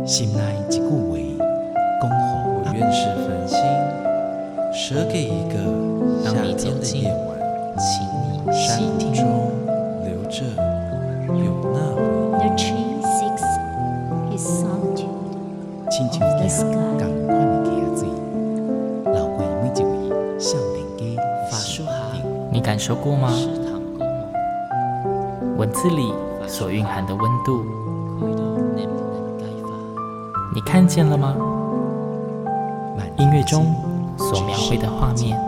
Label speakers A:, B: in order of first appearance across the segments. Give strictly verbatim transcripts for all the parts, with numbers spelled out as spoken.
A: 心内一句话，讲好
B: 我愿是繁星，舍给一个夏天的夜晚，
C: 请你
B: 山
C: 细听。
B: 谷中留着有那回
D: The tree seeks his solitude
A: 亲像
D: of the
A: 行
D: sky.
A: 同款的溪水，流过每一位少年家
B: 法书行
C: 你感受过吗？
B: 食堂公梦，
C: 文字里所蕴含的温度，
B: 开到你不能解法。
C: 你看见了吗？
A: 万
C: 音乐中所描绘的画面，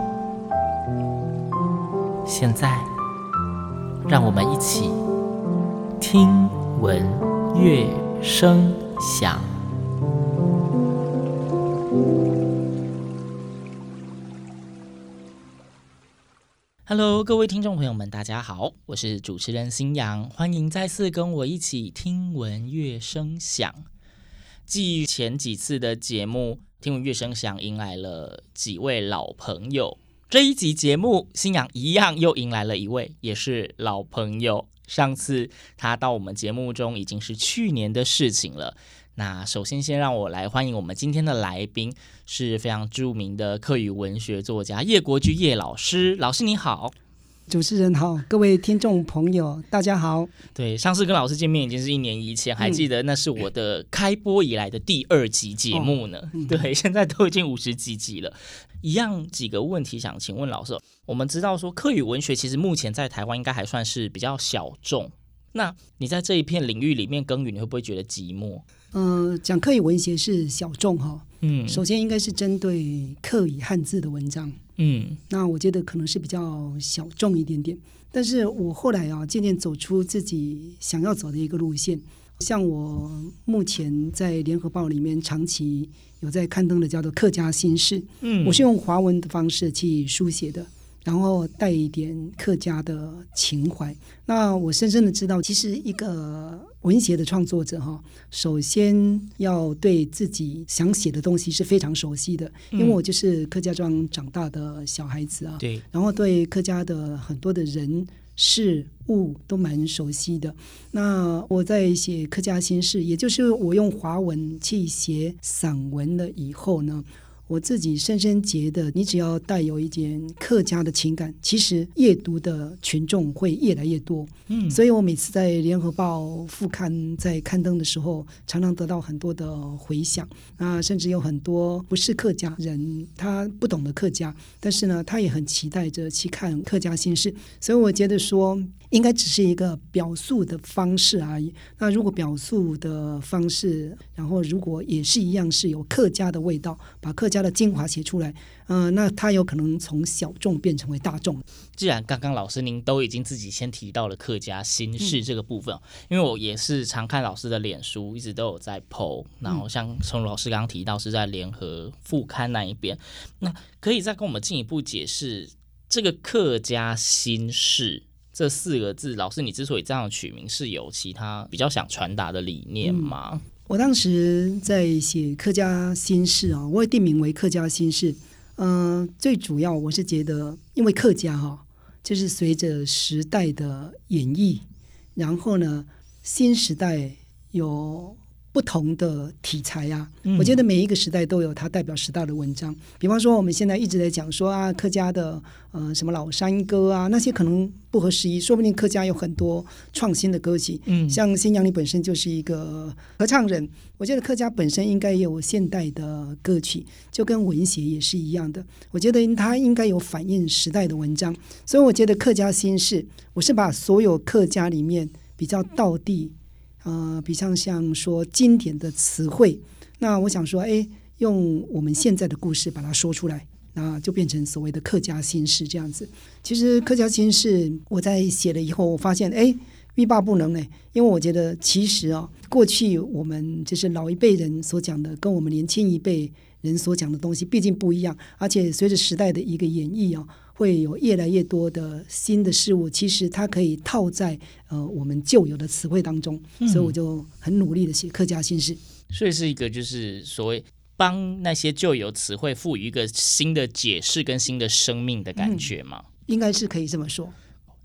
C: 现在让我们一起听闻乐声响。Hello， 各位听众朋友们，大家好，我是主持人新阳，欢迎再次跟我一起听闻乐声响。继前几次的节目，听闻乐声响迎来了几位老朋友，这一集节目，新阳一样又迎来了一位，也是老朋友。上次他到我们节目中已经是去年的事情了。那首先先让我来欢迎我们今天的来宾，是非常著名的客语文学作家叶国居叶老师。老师你好。
E: 主持人好，各位听众朋友大家好。
C: 对，上次跟老师见面已经是一年以前，还记得那是我的开播以来的第二集节目呢、哦嗯、对，现在都已经五十几集了。一样几个问题想请问老师，我们知道说客语文学其实目前在台湾应该还算是比较小众，那你在这一片领域里面耕耘，你会不会觉得寂寞？
E: 呃，讲客语文学是小众哈，
C: 嗯，
E: 首先应该是针对客语汉字的文章，
C: 嗯，
E: 那我觉得可能是比较小众一点点。但是我后来啊，渐渐走出自己想要走的一个路线。像我目前在联合报里面长期有在刊登的叫做客家心事，嗯，我是用华文的方式去书写的，然后带一点客家的情怀。那我深深的知道，其实一个文学的创作者哈，首先要对自己想写的东西是非常熟悉的，因为我就是客家庄长大的小孩子啊，
C: 对，
E: 然后对客家的很多的人事物都蛮熟悉的。那我在写客家心事，也就是我用华文去写散文了以后呢，我自己深深觉得，你只要带有一点客家的情感，其实阅读的群众会越来越多。嗯，所以我每次在联合报副刊在刊登的时候，常常得到很多的回响。那甚至有很多不是客家人，他不懂得客家，但是呢，他也很期待着去看客家心事。所以我觉得说，应该只是一个表述的方式而已。那如果表述的方式，然后如果也是一样是有客家的味道，把客家的精华写出来，呃，那它有可能从小众变成为大众。
C: 既然刚刚老师您都已经自己先提到了客家心事这个部分、嗯、因为我也是常看老师的脸书，一直都有在 po， 然后像从老师刚刚提到是在联合副刊那一边，那可以再跟我们进一步解释这个客家心事这四个字，老师你之所以这样取名，是有其他比较想传达的理念吗？嗯，
E: 我当时在写客家心事啊，我也定名为客家心事。呃，最主要我是觉得，因为客家哈、啊，就是随着时代的演绎，然后呢，新时代有不同的题材啊、嗯，我觉得每一个时代都有它代表时代的文章。比方说，我们现在一直在讲说啊，客家的呃什么老山歌啊，那些可能不合时宜，说不定客家有很多创新的歌曲。嗯，像新阳你本身就是一个合唱人，我觉得客家本身应该也有现代的歌曲，就跟文学也是一样的。我觉得它应该有反映时代的文章，所以我觉得客家心事，我是把所有客家里面比较道地。呃，比较像说经典的词汇，那我想说，哎，用我们现在的故事把它说出来，那就变成所谓的客家心事这样子。其实客家心事我在写了以后，我发现，哎，欲罢不能呢，因为我觉得其实啊，过去我们就是老一辈人所讲的，跟我们年轻一辈人所讲的东西毕竟不一样，而且随着时代的一个演绎啊，会有越来越多的新的事物，其实它可以套在呃我们旧有的词汇当中、嗯、所以我就很努力的写客家心事。
C: 所以是一个就是所谓帮那些旧有词汇赋予一个新的解释跟新的生命的感觉吗？
E: 嗯、应该是可以这么说。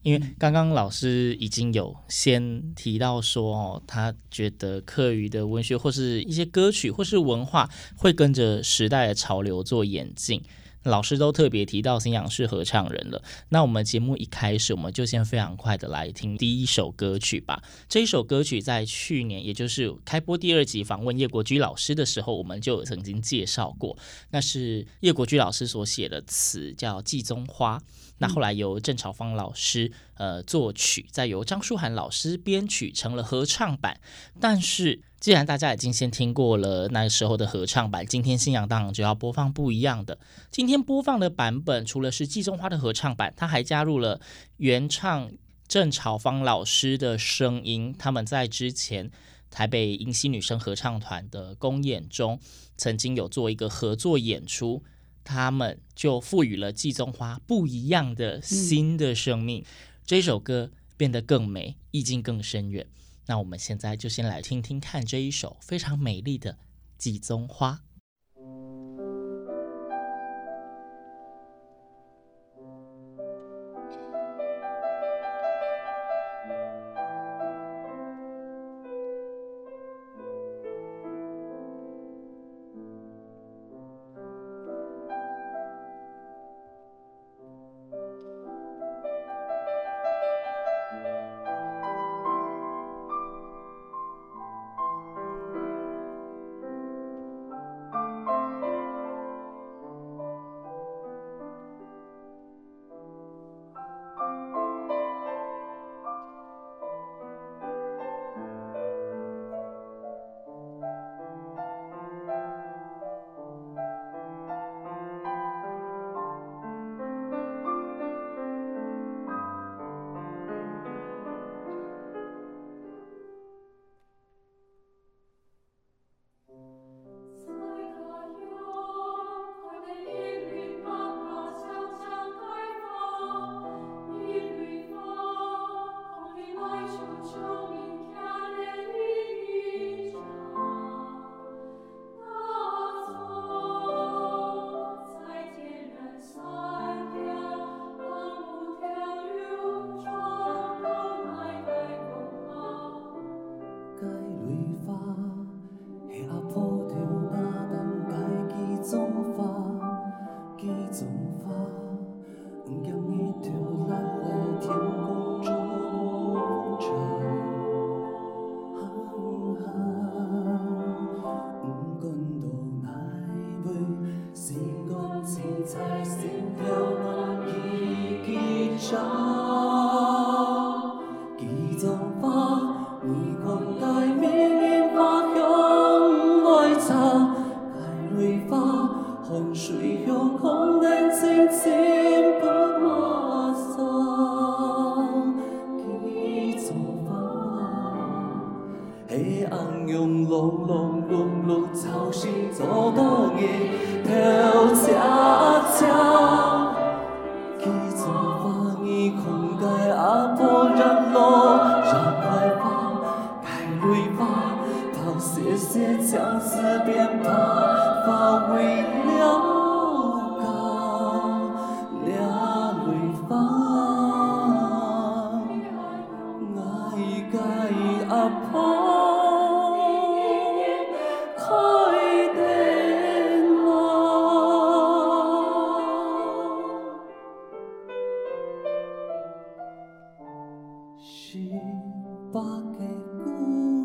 C: 因为刚刚老师已经有先提到说哦，他觉得客语的文学或是一些歌曲或是文化会跟着时代的潮流做演进。老师都特别提到新阳是合唱人了，那我们节目一开始我们就先非常快的来听第一首歌曲吧。这一首歌曲在去年也就是开播第二集访问叶国居老师的时候，我们就曾经介绍过，那是叶国居老师所写的词，叫《季宗花》，那后来由郑朝芳老师呃作曲，再由张书涵老师编曲成了合唱版。但是既然大家已经先听过了那时候的合唱版，今天新阳当然就要播放不一样的。今天播放的版本除了是季宗花的合唱版，它还加入了原唱郑朝芳老师的声音。他们在之前台北英熙女生合唱团的公演中曾经有做一个合作演出，他们就赋予了季宗花不一样的新的生命、嗯、这首歌变得更美，意境更深远。那我们现在就先来听听看这一首非常美丽的《季宗花》。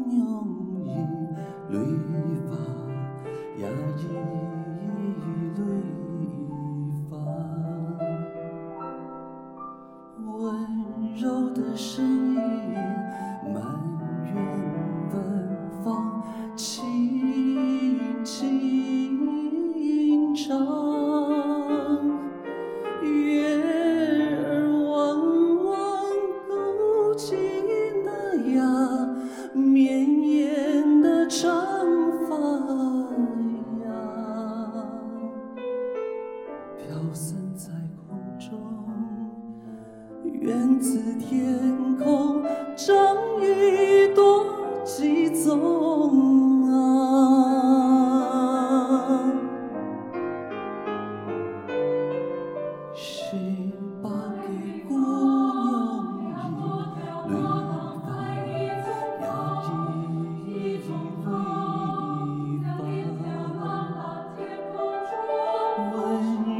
F: 泪花也已泪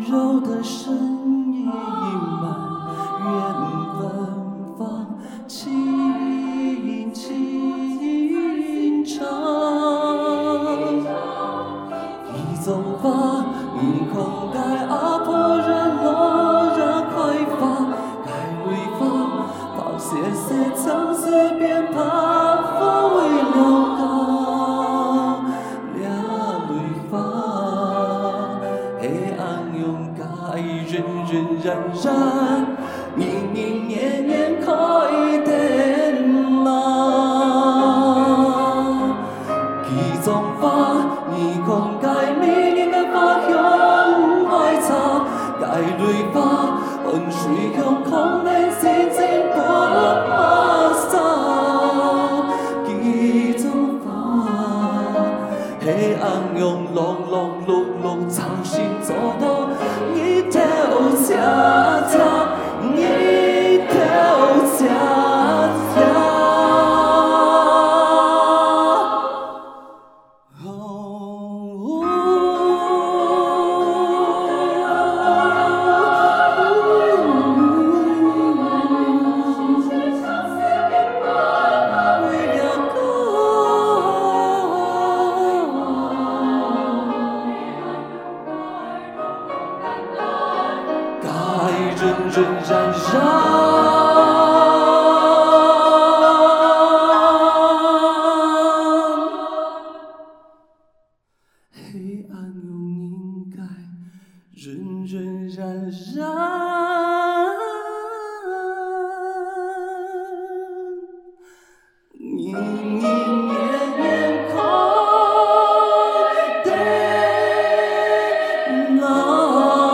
F: 柔的声音满远芬芳，轻轻唱。一种花，你空盖阿婆人落让开发，盖瑞发，跑些些相思边怕风为了高，俩瑞发，黑暗用盖人人然然，年年年年开电嘛，一种花，你空盖每年的花香爱茶，盖瑞发，汗水向空内心情不马上，一种花，黑暗用long long碌碌长心做到，一条恰恰，一条恰恰。人然然，黑暗用凝盖，人人然然，年年年年开电那。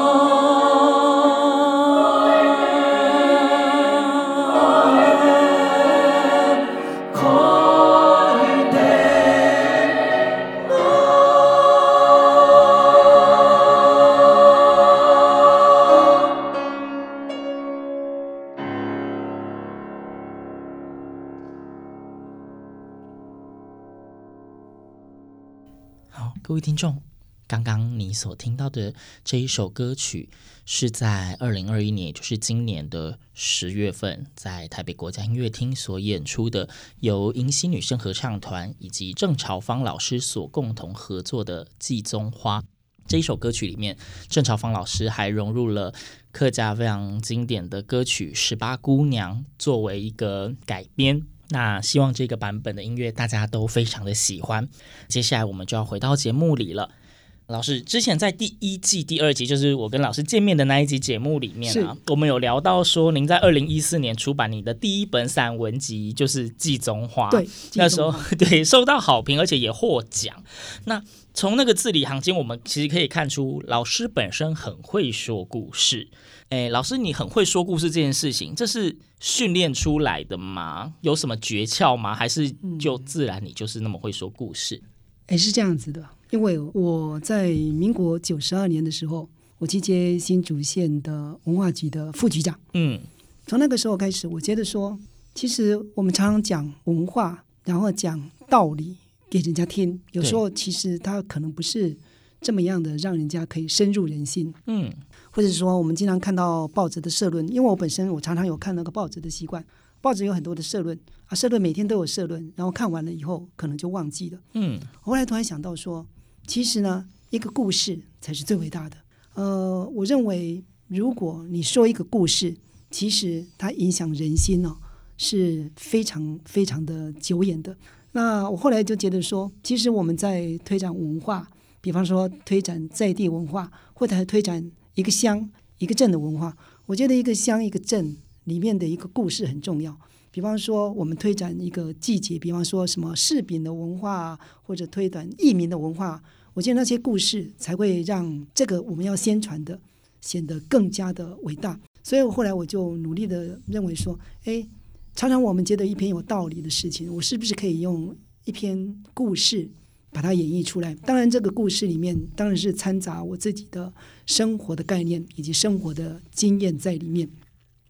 C: 各位听众，刚刚你所听到的这一首歌曲是在二零二一年，也就是今年的十月份，在台北国家音乐厅所演出的，由迎曦女生合唱团以及郑朝芳老师所共同合作的《季宗花》。这一首歌曲里面，郑朝芳老师还融入了客家非常经典的歌曲《十八姑娘》作为一个改编。那希望这个版本的音乐大家都非常的喜欢。接下来我们就要回到节目里了。老师之前在第一季第二集，就是我跟老师见面的那一集节目里面啊，我们有聊到说您在二零一四年出版你的第一本散文集就是《季宗花》，
E: 对，
C: 那时候对受到好评，而且也获奖。那从那个字里行间，我们其实可以看出老师本身很会说故事。哎，老师你很会说故事这件事情，这是训练出来的吗？有什么诀窍吗？还是就自然你就是那么会说故事？
E: 哎，是这样子的，因为我在民国九十二年的时候，我去接新竹县的文化局的副局长。嗯，从那个时候开始，我觉得说，其实我们常常讲文化，然后讲道理给人家听，有时候其实它可能不是这么样的让人家可以深入人心。嗯，或者说我们经常看到报纸的社论，因为我本身我常常有看那个报纸的习惯，报纸有很多的社论啊，社论每天都有社论，然后看完了以后可能就忘记了。嗯，后来突然想到说，其实呢，一个故事才是最伟大的。呃，我认为如果你说一个故事，其实它影响人心哦，是非常非常的久远的。那我后来就觉得说，其实我们在推展文化，比方说推展在地文化，或者推展一个乡一个镇的文化，我觉得一个乡一个镇里面的一个故事很重要。比方说我们推展一个季节，比方说什么柿饼的文化，或者推展义民的文化，我觉得那些故事才会让这个我们要宣传的显得更加的伟大。所以我后来我就努力的认为说，哎，常常我们觉得一篇有道理的事情，我是不是可以用一篇故事把它演绎出来？当然这个故事里面当然是掺杂我自己的生活的概念以及生活的经验在里面。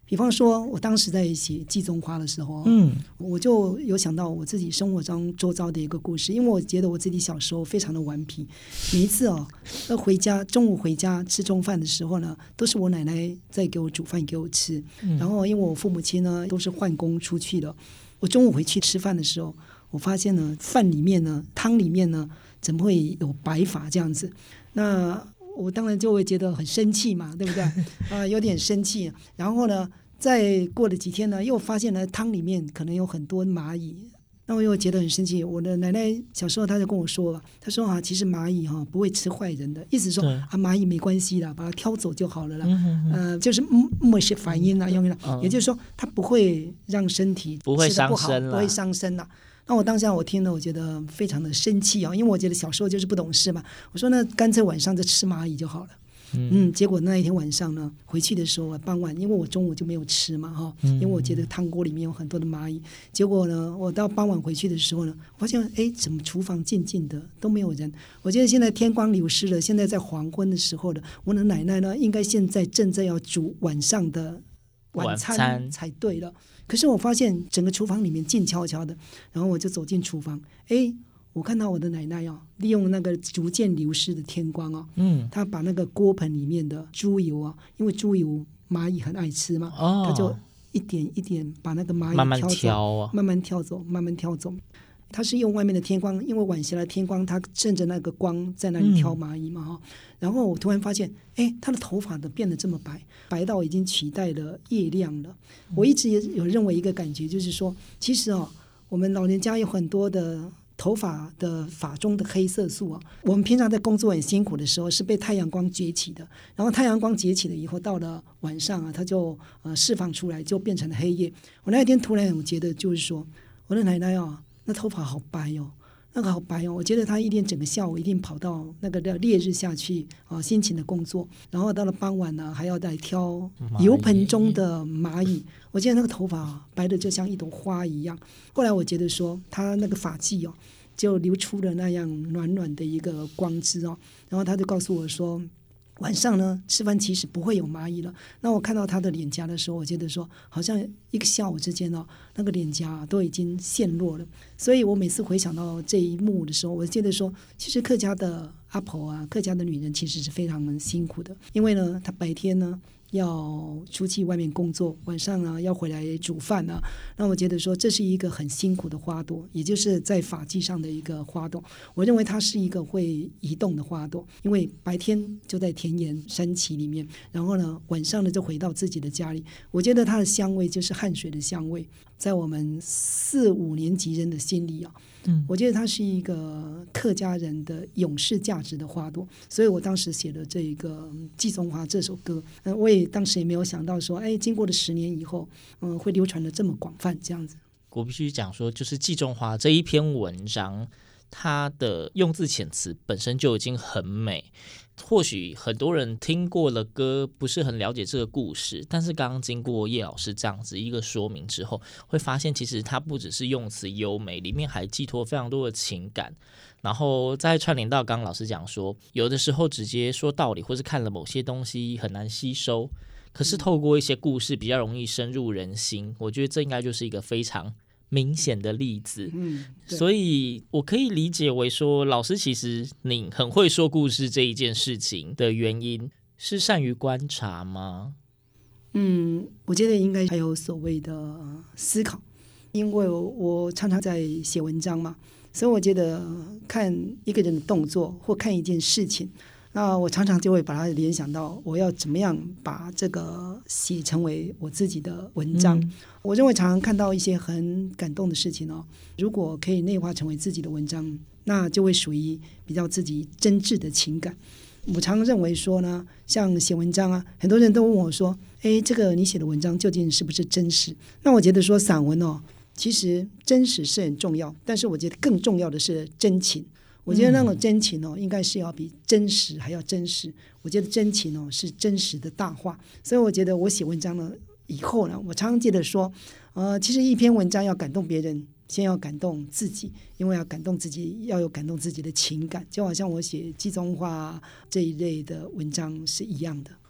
E: 比方说我当时在写季中花的时候，嗯，我就有想到我自己生活中周遭的一个故事，因为我觉得我自己小时候非常的顽皮，每一次哦，要回家中午回家吃中饭的时候呢，都是我奶奶在给我煮饭给我吃，嗯、然后因为我父母亲呢都是换工出去的，我中午回去吃饭的时候，我发现呢饭里面呢汤里面呢怎么会有白发这样子，那我当然就会觉得很生气嘛，对不对？啊、呃，有点生气。然后呢，再过了几天呢，又发现呢汤里面可能有很多蚂蚁，那我又觉得很生气。我的奶奶小时候她就跟我说了，她说啊，其实蚂蚁哈、啊、不会吃坏人的，意思说啊蚂蚁没关系啦，把它挑走就好了啦。嗯、呃，就是默写反应啦，用啦、嗯，也就是说它不会让身体
C: 不会伤
E: 身了，不会伤身啦。那我当下我听了，我觉得非常的生气啊，因为我觉得小时候就是不懂事嘛。我说那干脆晚上就吃蚂蚁就好了。嗯, 嗯，结果那一天晚上呢，回去的时候傍晚，因为我中午就没有吃嘛哈，因为我觉得汤锅里面有很多的蚂蚁。结果呢，我到傍晚回去的时候呢，我发现哎，怎么厨房静静的都没有人？我觉得现在天光流失了，现在在黄昏的时候的，我的奶奶呢，应该现在正在要煮晚上的晚餐才对了。可是我发现整个厨房里面静悄悄的，然后我就走进厨房，哎，我看到我的奶奶哦，利用那个逐渐流失的天光哦，嗯，她把那个锅盆里面的猪油啊，因为猪油蚂蚁很爱吃嘛，哦，她就一点一点把那个蚂蚁挑走，慢慢挑啊，慢慢挑走，慢慢挑走。他是用外面的天光，因为晚霞的天光，他趁着那个光在那里挑蚂蚁嘛哈、嗯。然后我突然发现，哎，他的头发都变得这么白，白到已经取代了叶亮了。我一直也有认为一个感觉，就是说，其实哦，我们老人家有很多的头发的发中的黑色素啊，我们平常在工作很辛苦的时候是被太阳光崛起的，然后太阳光崛起了以后，到了晚上啊，它就呃释放出来，就变成了黑夜。我那一天突然我觉得就是说，我的奶奶啊。那头发好白哦，那个好白哦，我觉得他一定整个下午一定跑到那个烈日下去啊、呃，辛勤的工作，然后到了傍晚呢，还要再挑油盆中的蚂蚁。我觉得那个头发白的就像一朵花一样。后来我觉得说，他那个发髻哦，就流出了那样暖暖的一个光枝哦，然后他就告诉我说。晚上呢，吃饭其实不会有蚂蚁了。那我看到他的脸颊的时候，我觉得说，好像一个下午之间哦，那个脸颊、啊、都已经陷落了。所以我每次回想到这一幕的时候，我觉得说，其实客家的阿婆啊，客家的女人其实是非常辛苦的，因为呢，她白天呢要出去外面工作，晚上啊要回来煮饭啊。那我觉得说，这是一个很辛苦的花朵，也就是在发髻上的一个花朵。我认为它是一个会移动的花朵，因为白天就在田园山崎里面，然后呢晚上呢就回到自己的家里。我觉得它的香味就是汗水的香味，在我们四五年级人的心里啊，嗯，我觉得它是一个客家人的永世价值的花朵，所以我当时写了这个《季中花》这首歌，呃，我也当时也没有想到说，哎，经过了十年以后，嗯、呃，会流传的这么广泛这样子。
C: 我必须讲说，就是《季中花》这一篇文章，它的用字遣词本身就已经很美。或许很多人听过了歌，不是很了解这个故事，但是刚刚经过叶老师这样子一个说明之后，会发现其实它不只是用词优美，里面还寄托非常多的情感。然后再串联到刚刚老师讲说，有的时候直接说道理，或是看了某些东西很难吸收，可是透过一些故事比较容易深入人心。我觉得这应该就是一个非常明显的例子，嗯，所以我可以理解为说，老师其实你很会说故事这一件事情的原因是善于观察吗？
E: 嗯，我觉得应该还有所谓的思考，因为我, 我常常在写文章嘛，所以我觉得看一个人的动作或看一件事情，那我常常就会把它联想到我要怎么样把这个写成为我自己的文章、嗯、我认为常常看到一些很感动的事情哦，如果可以内化成为自己的文章，那就会属于比较自己真挚的情感。我常认为说呢，像写文章啊，很多人都问我说，哎，这个你写的文章究竟是不是真实？那我觉得说散文哦，其实真实是很重要，但是我觉得更重要的是真情。我觉得那种真情哦，应该是要比真实还要真实。我觉得真情哦是真实的大话，所以我觉得我写文章呢以后呢，我常常记得说，呃，其实一篇文章要感动别人，先要感动自己，因为要感动自己，要有感动自己的情感，就好像我写季中花这一类的文章是一样的。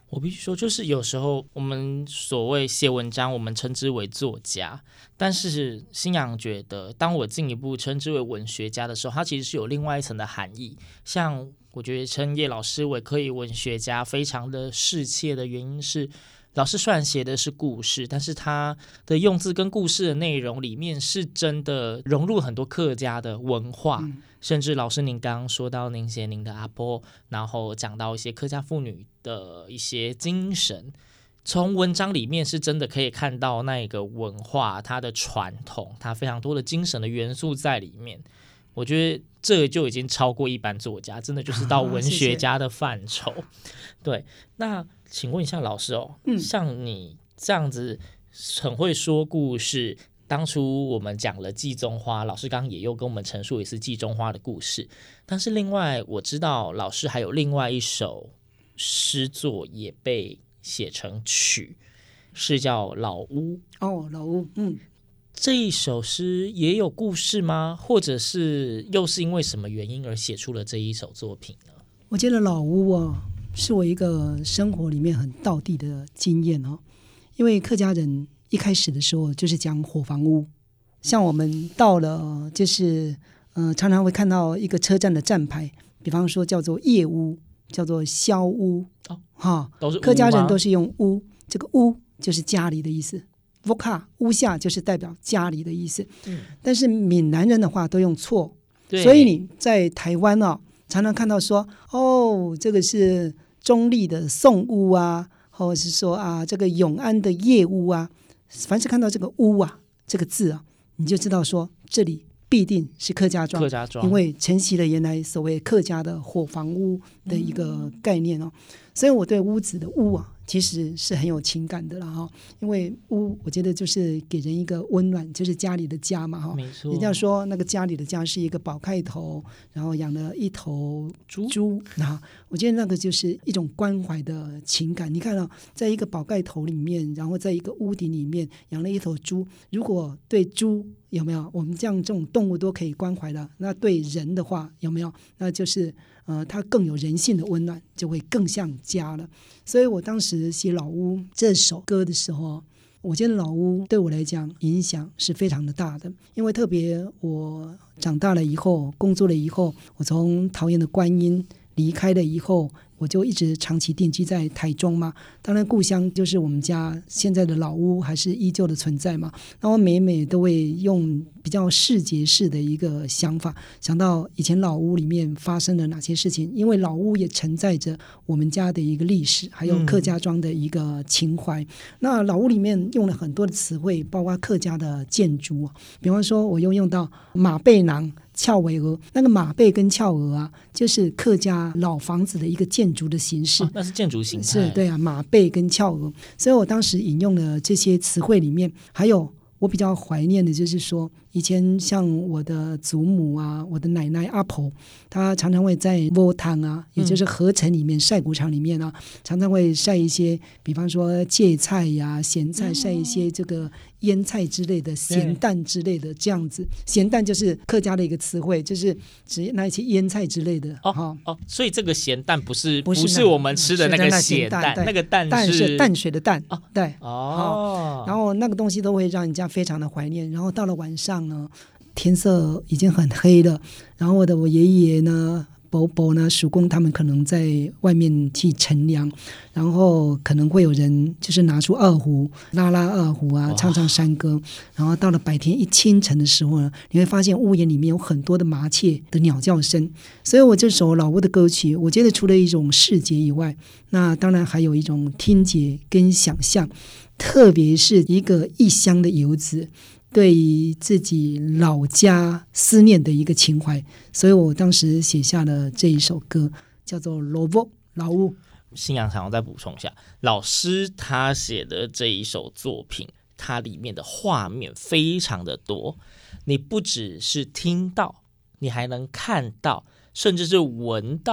C: 我必须说，就是有时候我们所谓写文章，我们称之为作家，但是新阳觉得，当我进一步称之为文学家的时候，它其实是有另外一层的含义。像我觉得称叶老师为可以文学家，非常的适切的原因是，老师虽然写的是故事，但是他的用字跟故事的内容里面是真的融入很多客家的文化、嗯、甚至老师您刚刚说到您写您的阿婆，然后讲到一些客家妇女的一些精神，从文章里面是真的可以看到那个文化它的传统，它非常多的精神的元素在里面。我觉得这就已经超过一般作家，真的就是到文学家的范畴、啊、谢谢对，那请问一下老师哦、嗯，像你这样子很会说故事，当初我们讲了季中花，老师刚刚也又跟我们陈述一次季中花的故事，但是另外我知道老师还有另外一首诗作也被写成曲，是叫老屋
E: 哦，老屋，嗯，
C: 这一首诗也有故事吗？或者是又是因为什么原因而写出了这一首作品呢？
E: 我觉得老屋啊，是我一个生活里面很道地的经验哦。因为客家人一开始的时候就是讲火房屋，像我们到了就是呃常常会看到一个车站的站牌，比方说叫做夜屋，叫做宵屋，哦，哈，都是屋吗？客家人都是用屋，这个屋就是家里的意思。Voka 屋下就是代表家里的意思、嗯、但是闽南人的话都用错，所以你在台湾啊常常看到说哦这个是中立的宋屋啊，或者是说啊这个永安的夜屋啊，凡是看到这个屋啊这个字啊，你就知道说这里必定是客家庄，客家庄因为承袭了原来所谓客家的火房屋的一个概念哦、嗯、所以我对屋子的屋啊其实是很有情感的啦哈，因为屋我觉得就是给人一个温暖，就是家里的家嘛哈。没错。人家说那个家里的家是一个宝盖头，然后养了一头猪，猪那我觉得那个就是一种关怀的情感。你看啊，在一个宝盖头里面，然后在一个屋顶里面养了一头猪，如果对猪有没有我们这样这种动物都可以关怀的，那对人的话有没有？那就是呃，它更有人性的温暖，就会更像家了。所以我当时写老屋这首歌的时候，我觉得老屋对我来讲影响是非常的大的，因为特别我长大了以后，工作了以后，我从桃园的观音离开了以后，我就一直长期定居在台中嘛，当然故乡就是我们家现在的老屋还是依旧的存在嘛，然后每每都会用比较视觉式的一个想法，想到以前老屋里面发生了哪些事情，因为老屋也承载着我们家的一个历史，还有客家庄的一个情怀、嗯、那老屋里面用了很多的词汇，包括客家的建筑，比方说我又用到马背囊翘尾鹅，那个马背跟翘鹅啊，就是客家老房子的一个建筑的形式、哦、
C: 那是建筑形态，
E: 是对啊，马背跟翘鹅，所以我当时引用了这些词汇里面，还有我比较怀念的就是说，以前像我的祖母啊，我的奶奶阿婆，她常常会在窝汤啊，也就是河城里面、嗯、晒谷场里面啊，常常会晒一些，比方说芥菜呀、啊、咸菜，晒一些这个腌菜之类的、咸蛋之类的这样子。咸蛋就是客家的一个词汇，就是指那些腌菜之类的。
C: 哦哦, 哦，所以这个咸蛋不是不是, 不是我们吃的那个咸蛋，那个蛋是
E: 蛋是淡水的淡。
C: 哦，
E: 对
C: 哦，
E: 然后那个东西都会让人家非常的怀念。然后到了晚上呢，天色已经很黑了，然后我的我爷爷呢、伯伯呢、叔公他们可能在外面去乘凉，然后可能会有人就是拿出二胡拉拉二胡啊，唱唱山歌。然后到了白天一清晨的时候呢，你会发现屋檐里面有很多的麻雀的鸟叫声。所以我这首老屋的歌曲，我觉得除了一种视觉以外，那当然还有一种听觉跟想象，特别是一个异乡的游子对于自己老家思念的一个情怀，所以我当时写下了这一首歌，叫做《老屋》老屋。
C: 信仰想要再补充一下，老师他写的这一首作品，它里面的画面非常的多，你不只是听到，你还能看到，甚至是闻到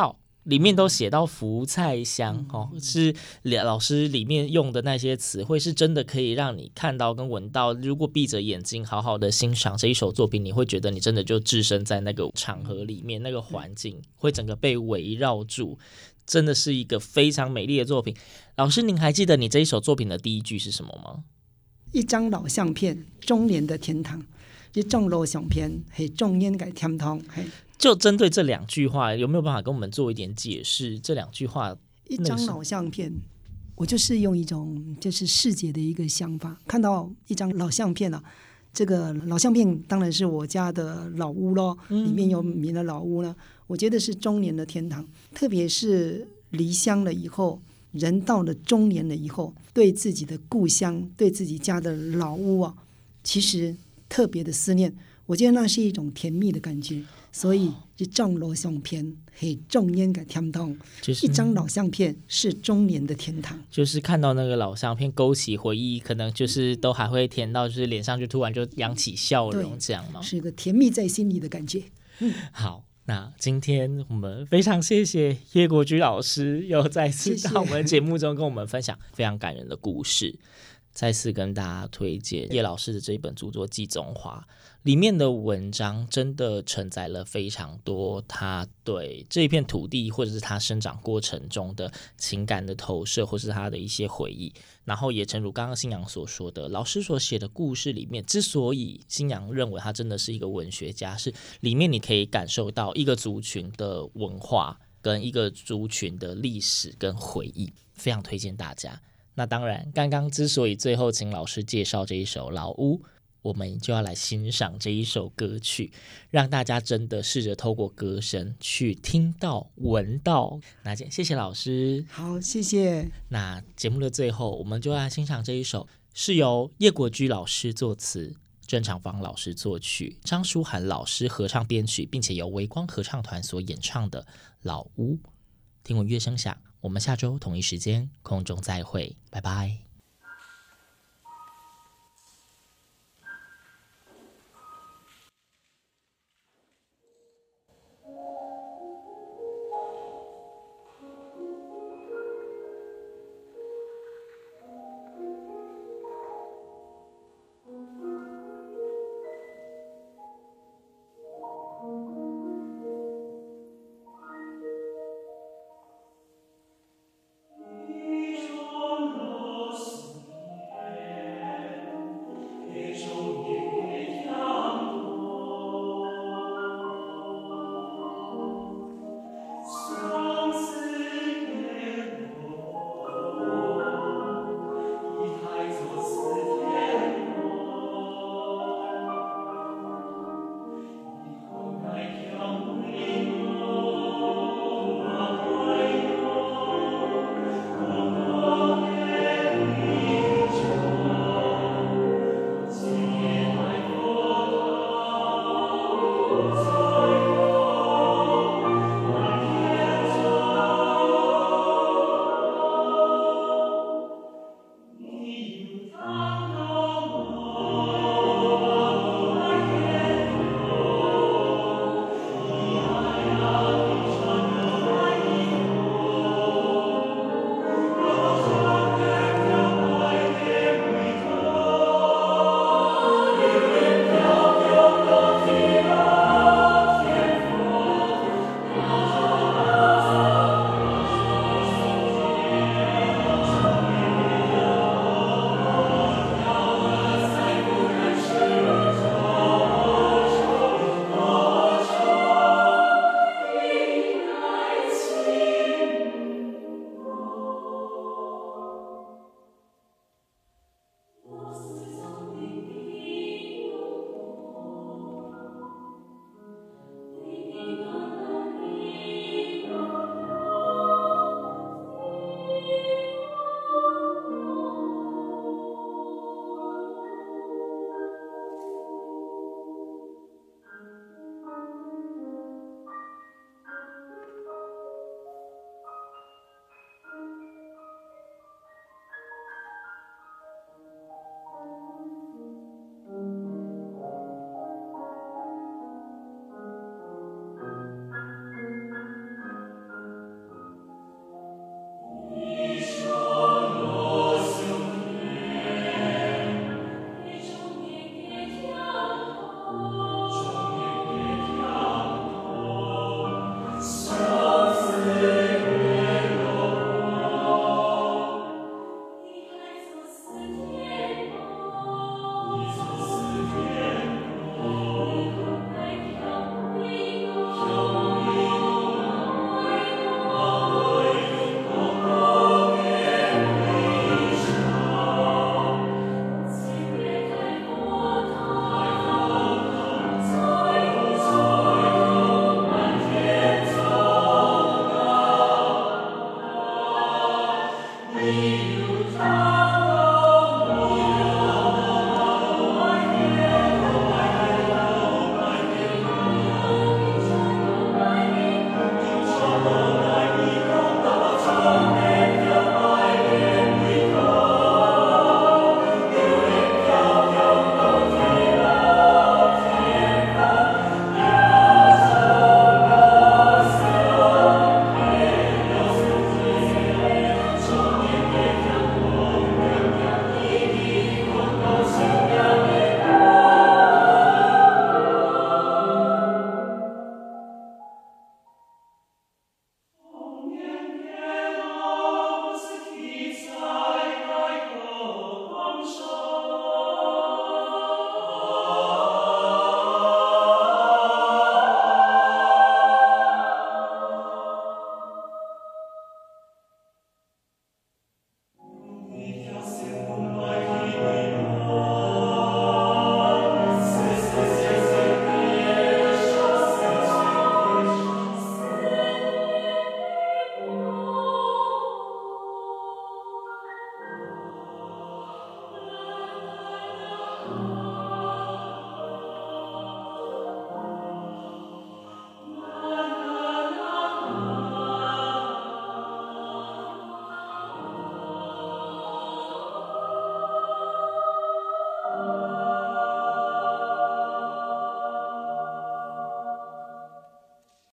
C: 里面都写到福菜香、哦、是老师里面用的那些词汇是真的可以让你看到跟闻到，如果闭着眼睛好好的欣赏这一首作品，你会觉得你真的就置身在那个场合里面，那个环境会整个被围绕住，真的是一个非常美丽的作品。老师您还记得你这一首作品的第一句是什么吗？
E: 一张老相片，中年的天堂，一张老相片是中年的天堂。
C: 就针对这两句话，有没有办法跟我们做一点解释？这两句话，
E: 一张老相片，我就是用一种就是视觉的一个想法，看到一张老相片啊，这个老相片当然是我家的老屋咯，里面有名的老屋呢，我觉得是中年的天堂，特别是离乡了以后，人到了中年了以后，对自己的故乡，对自己家的老屋啊，其实特别的思念，我觉得那是一种甜蜜的感觉。所以一张老相片是中年的天堂，就是一张老相片是中年的天堂，
C: 就是看到那个老相片勾起回忆，可能就是都还会甜到，就是脸上就突然就扬起笑容，这样吗？
E: 是一个甜蜜在心里的感觉。嗯，
C: 好，那今天我们非常谢谢叶国居老师又再次到我们节目中跟我们分享非常感人的故事。再次跟大家推荐叶老师的这一本著作《季中华》，里面的文章真的承载了非常多他对这一片土地或者是他生长过程中的情感的投射，或是他的一些回忆。然后也诚如刚刚新阳所说的，老师所写的故事里面，之所以新阳认为他真的是一个文学家，是里面你可以感受到一个族群的文化跟一个族群的历史跟回忆，非常推荐大家。那当然，刚刚之所以最后请老师介绍这一首《老屋》，我们就要来欣赏这一首歌曲，让大家真的试着透过歌声去听到、闻到。那谢谢老师，
E: 好，谢谢。
C: 那节目的最后，我们就来欣赏这一首，是由叶国居老师作词，郑长芳老师作曲，张书涵老师合唱编曲，并且由微光合唱团所演唱的《老屋》。听闻乐声响，我们下周同一时间空中再会，拜拜。